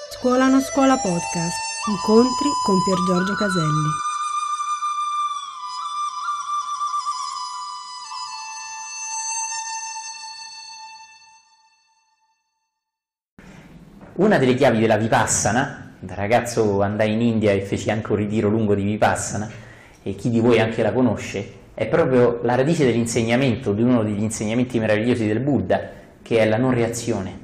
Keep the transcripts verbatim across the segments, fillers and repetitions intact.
Scuola non scuola podcast. Incontri con Pier Giorgio Caselli. Una delle chiavi della Vipassana, da ragazzo andai in India e feci anche un ritiro lungo di Vipassana, e chi di voi anche la conosce, è proprio la radice dell'insegnamento, di uno degli insegnamenti meravigliosi del Buddha, che è la non reazione.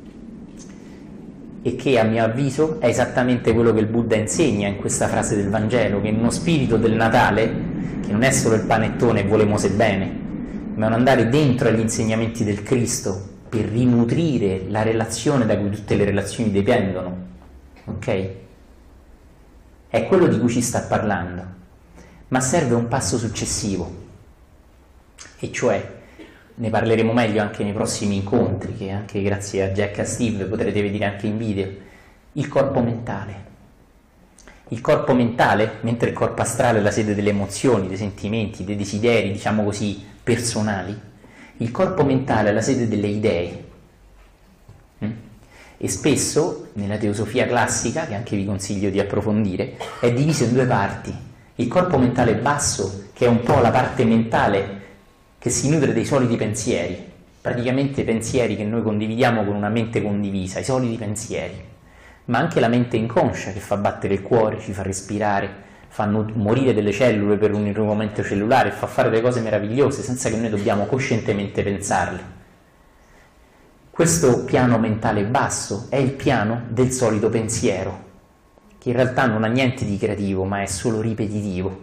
E che a mio avviso è esattamente quello che il Buddha insegna in questa frase del Vangelo, che in uno spirito del Natale, che non è solo il panettone e volemose bene, ma è un andare dentro agli insegnamenti del Cristo per rinutrire la relazione da cui tutte le relazioni dipendono, ok? È quello di cui ci sta parlando, ma serve un passo successivo, e cioè, ne parleremo meglio anche nei prossimi incontri, che anche grazie a Jack e a Steve potrete vedere anche in video, il corpo mentale. Il corpo mentale, mentre il corpo astrale è la sede delle emozioni, dei sentimenti, dei desideri, diciamo così, personali, il corpo mentale è la sede delle idee. Mm? E spesso, nella teosofia classica, che anche vi consiglio di approfondire, è diviso in due parti. Il corpo mentale basso, che è un po' la parte mentale che si nutre dei soliti pensieri, praticamente pensieri che noi condividiamo con una mente condivisa, i soliti pensieri, ma anche la mente inconscia che fa battere il cuore, ci fa respirare, fa morire delle cellule per un irrigomento cellulare, fa fare delle cose meravigliose senza che noi dobbiamo coscientemente pensarle. Questo piano mentale basso è il piano del solito pensiero, che in realtà non ha niente di creativo, ma è solo ripetitivo.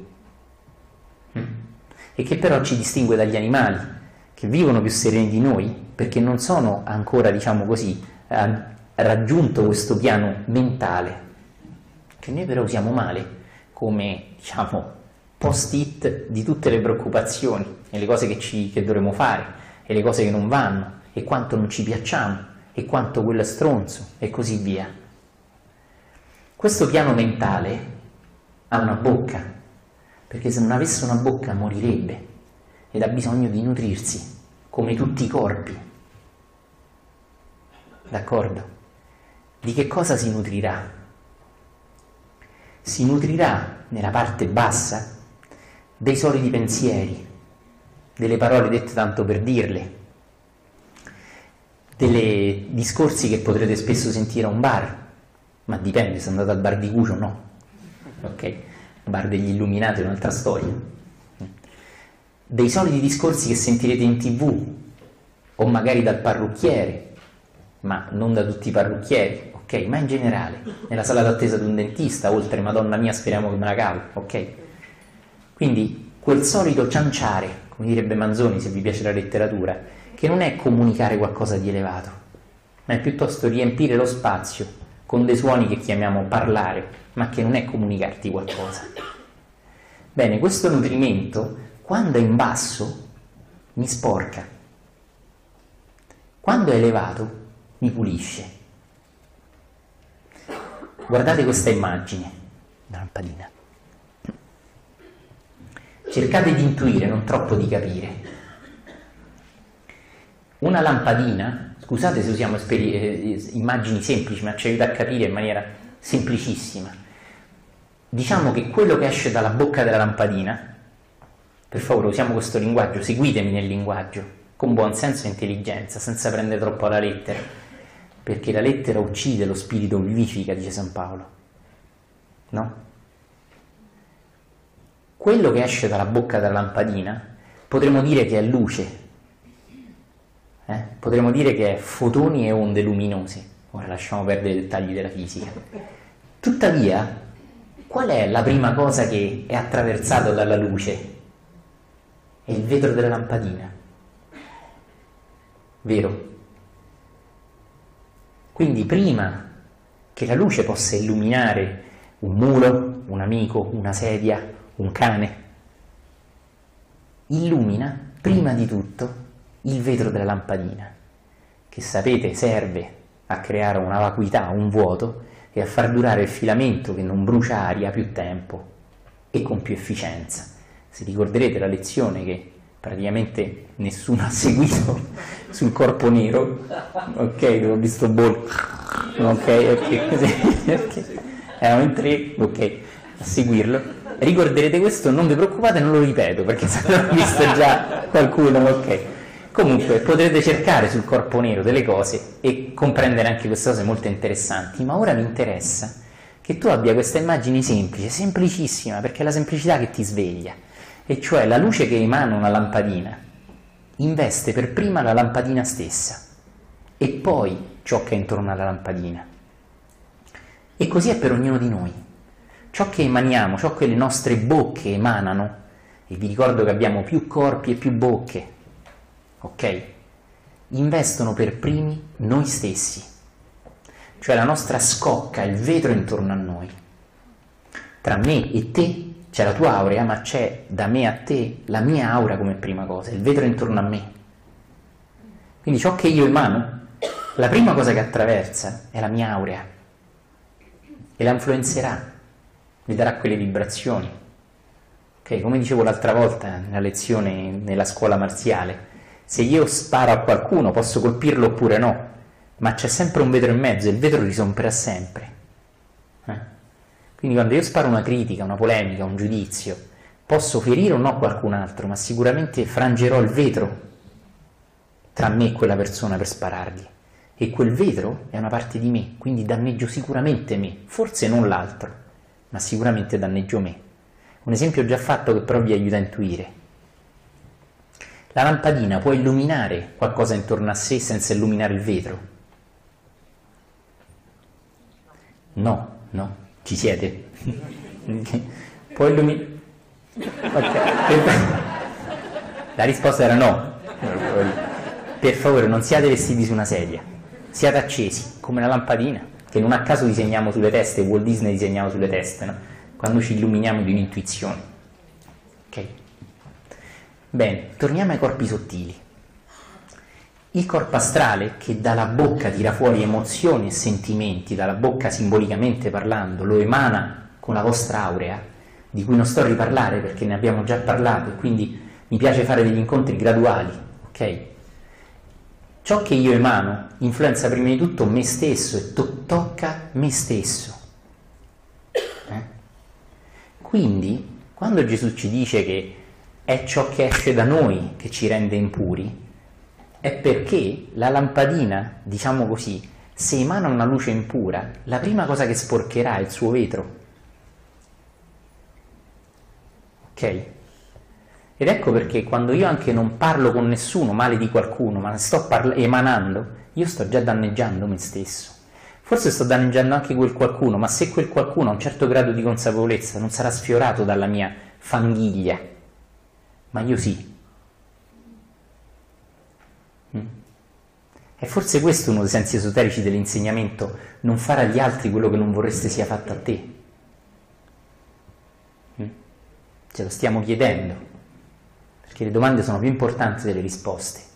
E che però ci distingue dagli animali, che vivono più sereni di noi, perché non sono ancora, diciamo così, raggiunto questo piano mentale, che noi però usiamo male, come, diciamo, post-it di tutte le preoccupazioni, e le cose che, ci, che dovremo fare, e le cose che non vanno, e quanto non ci piacciamo, e quanto quello è stronzo, e così via. Questo piano mentale ha una bocca, perché se non avesse una bocca morirebbe ed ha bisogno di nutrirsi, come tutti i corpi. D'accordo? Di che cosa si nutrirà? Si nutrirà nella parte bassa dei soliti pensieri, delle parole dette tanto per dirle, dei discorsi che potrete spesso sentire a un bar, ma dipende se andate al bar di Cucio o no, ok? Bar degli Illuminati è un'altra storia, dei soliti discorsi che sentirete in tv o magari dal parrucchiere, ma non da tutti i parrucchieri, ok? Ma in generale, nella sala d'attesa di un dentista, oltre Madonna mia speriamo che me la cavo, ok? Quindi quel solito cianciare, come direbbe Manzoni se vi piace la letteratura, che non è comunicare qualcosa di elevato, ma è piuttosto riempire lo spazio con dei suoni che chiamiamo parlare, ma che non è comunicarti qualcosa. Bene, questo nutrimento, quando è in basso, mi sporca. Quando è elevato, mi pulisce. Guardate questa immagine, una lampadina. Cercate di intuire, non troppo di capire. Una lampadina, scusate se usiamo esperi- eh, immagini semplici, ma ci aiuta a capire in maniera semplicissima. Diciamo che quello che esce dalla bocca della lampadina, per favore usiamo questo linguaggio, seguitemi nel linguaggio, con buon senso e intelligenza, senza prendere troppo alla lettera, perché la lettera uccide, lo spirito vivifica, dice San Paolo, no? Quello che esce dalla bocca della lampadina potremmo dire che è luce, eh? Potremmo dire che è fotoni e onde luminose, ora lasciamo perdere i dettagli della fisica. Tuttavia, qual è la prima cosa che è attraversata dalla luce? È il vetro della lampadina, vero? Quindi prima che la luce possa illuminare un muro, un amico, una sedia, un cane, illumina prima di tutto il vetro della lampadina, che sapete serve a creare una vacuità, un vuoto, e a far durare il filamento che non brucia aria più tempo e con più efficienza. Se ricorderete la lezione che praticamente nessuno ha seguito sul corpo nero, ok, dove ho visto Ball, ok, ok, ok, erano in tre, ok, a seguirlo. Ricorderete questo, non vi preoccupate, non lo ripeto perché se l'ho visto già qualcuno, ok. Comunque potrete cercare sul corpo nero delle cose e comprendere anche queste cose molto interessanti, ma ora mi interessa che tu abbia questa immagine semplice, semplicissima, perché è la semplicità che ti sveglia, e cioè la luce che emana una lampadina investe per prima la lampadina stessa e poi ciò che è intorno alla lampadina. E così è per ognuno di noi. Ciò che emaniamo, ciò che le nostre bocche emanano, e vi ricordo che abbiamo più corpi e più bocche, ok? Investono per primi noi stessi, cioè la nostra scocca, il vetro intorno a noi. Tra me e te c'è la tua aurea, ma c'è da me a te la mia aura come prima cosa, il vetro intorno a me. Quindi ciò che io emano, la prima cosa che attraversa è la mia aurea e la influenzerà, mi darà quelle vibrazioni. Ok, come dicevo l'altra volta nella lezione nella scuola marziale, se io sparo a qualcuno posso colpirlo oppure no, ma c'è sempre un vetro in mezzo e il vetro risomperà sempre. Eh? Quindi quando io sparo una critica, una polemica, un giudizio, posso ferire o no qualcun altro, ma sicuramente frangerò il vetro tra me e quella persona per sparargli. E quel vetro è una parte di me, quindi danneggio sicuramente me, forse non l'altro, ma sicuramente danneggio me. Un esempio già fatto che però vi aiuta a intuire. La lampadina può illuminare qualcosa intorno a sé senza illuminare il vetro? No, no, ci siete? Può illuminare... Okay. La risposta era no. Per favore non siate vestiti su una sedia, siate accesi come una lampadina, che non a caso disegniamo sulle teste, Walt Disney disegnava sulle teste, no? Quando ci illuminiamo di un'intuizione. Ok? Bene, torniamo ai corpi sottili. Il corpo astrale, che dalla bocca tira fuori emozioni e sentimenti, dalla bocca simbolicamente parlando, lo emana con la vostra aurea, di cui non sto a riparlare perché ne abbiamo già parlato e quindi mi piace fare degli incontri graduali, ok? Ciò che io emano influenza prima di tutto me stesso e to- tocca me stesso. Eh? Quindi, quando Gesù ci dice che è ciò che esce da noi che ci rende impuri, è perché la lampadina, diciamo così, se emana una luce impura, la prima cosa che sporcherà è il suo vetro. Ok? Ed ecco perché quando io anche non parlo con nessuno male di qualcuno, ma sto parla- emanando, io sto già danneggiando me stesso. Forse sto danneggiando anche quel qualcuno, ma se quel qualcuno ha un certo grado di consapevolezza non sarà sfiorato dalla mia fanghiglia, ma io sì. Mm. È forse questo uno dei sensi esoterici dell'insegnamento, non fare agli altri quello che non vorreste sia fatto a te. Ce lo stiamo chiedendo, perché le domande sono più importanti delle risposte.